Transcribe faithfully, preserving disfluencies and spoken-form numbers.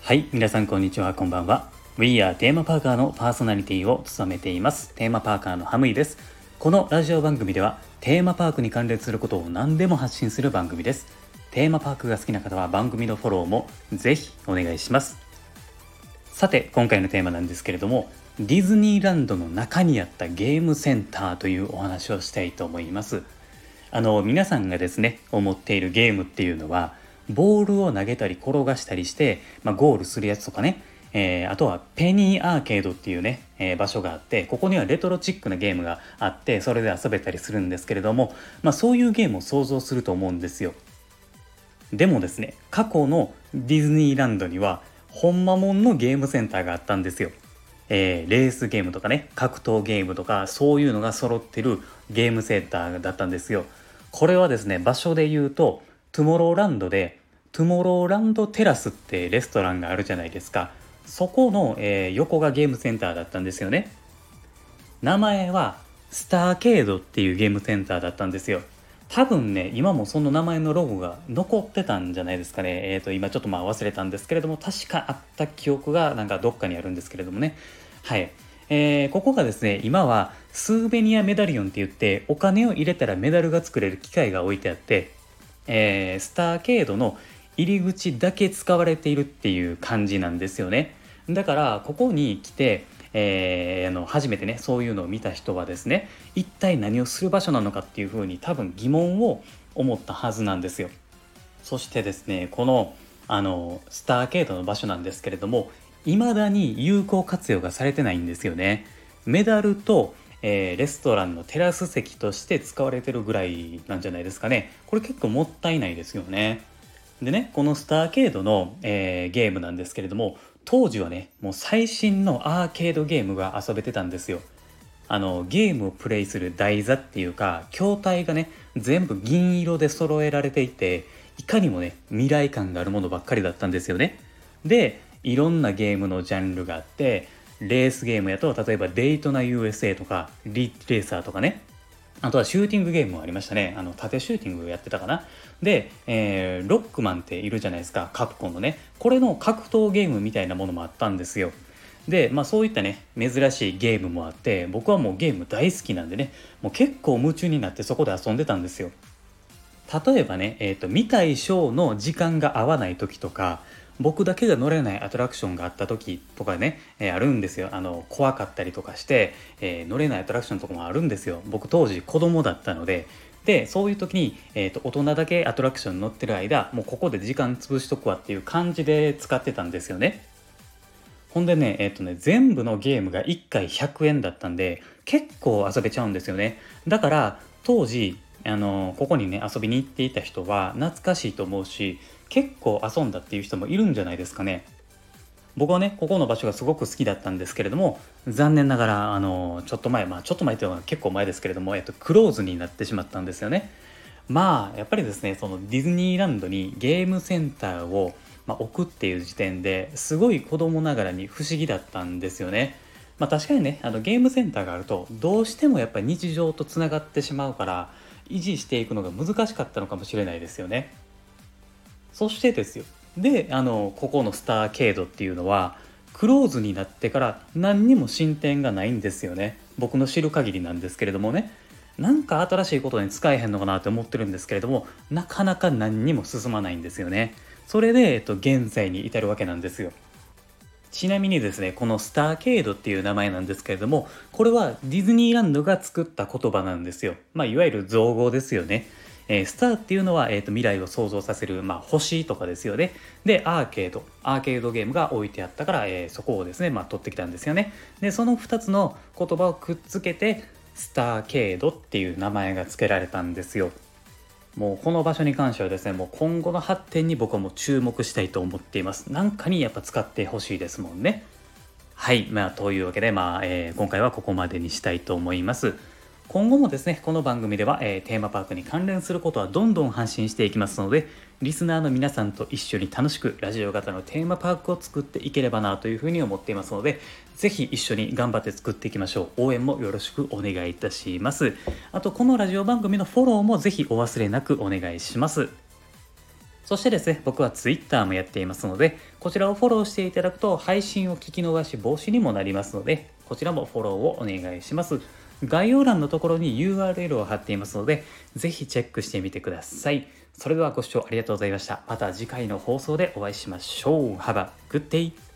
はい、皆さんこんにちは、こんばんは。 We are テーマパーカーのパーソナリティを務めていますテーマパーカーのハムイです。このラジオ番組ではテーマパークに関連することを何でも発信する番組です。テーマパークが好きな方は番組のフォローもぜひお願いします。さて、今回のテーマなんですけれども、ディズニーランドの中にあったゲームセンターというお話をしたいと思います。あの皆さんがですね思っているゲームっていうのは、ボールを投げたり転がしたりして、まあ、ゴールするやつとかね、えー、あとはペニーアーケードっていうね、えー場所があって、ここにはレトロチックなゲームがあって、それで遊べたりするんですけれども、まあ、そういうゲームを想像すると思うんですよ。でもですね、過去のディズニーランドにはほんまもんのゲームセンターがあったんですよ。えーレースゲームとかね、格闘ゲームとか、そういうのが揃ってるゲームセンターだったんですよ。これはですね、場所で言うとトゥモローランドで、トゥモローランドテラスってレストランがあるじゃないですか。そこの、えー横がゲームセンターだったんですよね。名前はスターケードっていうゲームセンターだったんですよ。多分ね、今もその名前のロゴが残ってたんじゃないですかね。えっ、と今ちょっとまあ忘れたんですけれども、確かあった記憶がなんかどっかにあるんですけれどもね。はい。えーここがですね、今はスーベニアメダリオンって言って、お金を入れたらメダルが作れる機械が置いてあって、えースターケードの入り口だけ使われているっていう感じなんですよね。だからここに来て、えーあの初めてねそういうのを見た人はですね、一体何をする場所なのかっていうふうに多分疑問を思ったはずなんですよ。そしてですね、このあのスターケードの場所なんですけれども、未だに有効活用がされてないんですよね。メダルと、えーレストランのテラス席として使われてるぐらいなんじゃないですかね。これ結構もったいないですよね。でね、このスターケードの、えーゲームなんですけれども、当時はねもう最新のアーケードゲームが遊べてたんですよ。あのゲームをプレイする台座っていうか筐体がね、全部銀色で揃えられていて、いかにもね未来感があるものばっかりだったんですよね。で、いろんなゲームのジャンルがあって、レースゲームやと例えばデイトナ ユーエスエー とかリッレーサーとかね、あとはシューティングゲームもありましたね。あの縦シューティングやってたかな。で、えーロックマンっているじゃないですか、カプコンのね。これの格闘ゲームみたいなものもあったんですよ。で、まあそういったね珍しいゲームもあって、僕はもうゲーム大好きなんでね、もう結構夢中になってそこで遊んでたんですよ。例えばね、えーと見たいショーの時間が合わない時とか、僕だけが乗れないアトラクションがあった時とかね、えーあるんですよ。あの怖かったりとかして、えー乗れないアトラクションとかもあるんですよ。僕当時子供だったので。でそういう時に、えーと大人だけアトラクションに乗ってる間、もうここで時間潰しとくわっていう感じで使ってたんですよね。ほんでね、えっとね、全部のゲームがいっかいひゃくえんだったんで、結構遊べちゃうんですよね。だから、当時、あの、ここにね、遊びに行っていた人は懐かしいと思うし、結構遊んだっていう人もいるんじゃないですかね。僕はね、ここの場所がすごく好きだったんですけれども、残念ながら、あの、ちょっと前、まあ、ちょっと前というのは結構前ですけれども、えっと、クローズになってしまったんですよね。まあやっぱりですね、そのディズニーランドにゲームセンターを、まあ、置くっていう時点ですごい子供ながらに不思議だったんですよね。まあ確かにね、あのゲームセンターがあるとどうしてもやっぱり日常とつながってしまうから、維持していくのが難しかったのかもしれないですよね。そしてですよ、であのここのスターケイドっていうのはクローズになってから何にも進展がないんですよね。僕の知る限りなんですけれどもね。なんか新しいことに使えへんのかなって思ってるんですけれども、なかなか何にも進まないんですよね。それで、えっと、現在に至るわけなんですよ。ちなみにですね、このスターケイドっていう名前なんですけれども、これはディズニーランドが作った言葉なんですよ。まあ、いわゆる造語ですよね。えースターっていうのは、えーと、未来を想像させる、まあ、星とかですよね。で、アーケード、アーケードゲームが置いてあったから、えーそこをですね、まあ、取ってきたんですよね。で、そのふたつの言葉をくっつけて、スターケイドっていう名前が付けられたんですよ。もうこの場所に関してはですね、もう今後の発展に僕はもう注目したいと思っています。なんかにやっぱ使ってほしいですもんね。はい、まあ、というわけで、まあえー今回はここまでにしたいと思います。今後もですね、この番組では、えーテーマパークに関連することはどんどん発信していきますので、リスナーの皆さんと一緒に楽しくラジオ型のテーマパークを作っていければなというふうに思っていますので、ぜひ一緒に頑張って作っていきましょう。応援もよろしくお願いいたします。あと、このラジオ番組のフォローもぜひお忘れなくお願いします。 そしてですね、僕は Twitter もやっていますので、こちらをフォローしていただくと配信を聞き逃し防止にもなりますので、こちらもフォローをお願いします。概要欄のところに ユーアールエル を貼っていますので、ぜひチェックしてみてください。それではご視聴ありがとうございました。また次回の放送でお会いしましょう。Have a good day!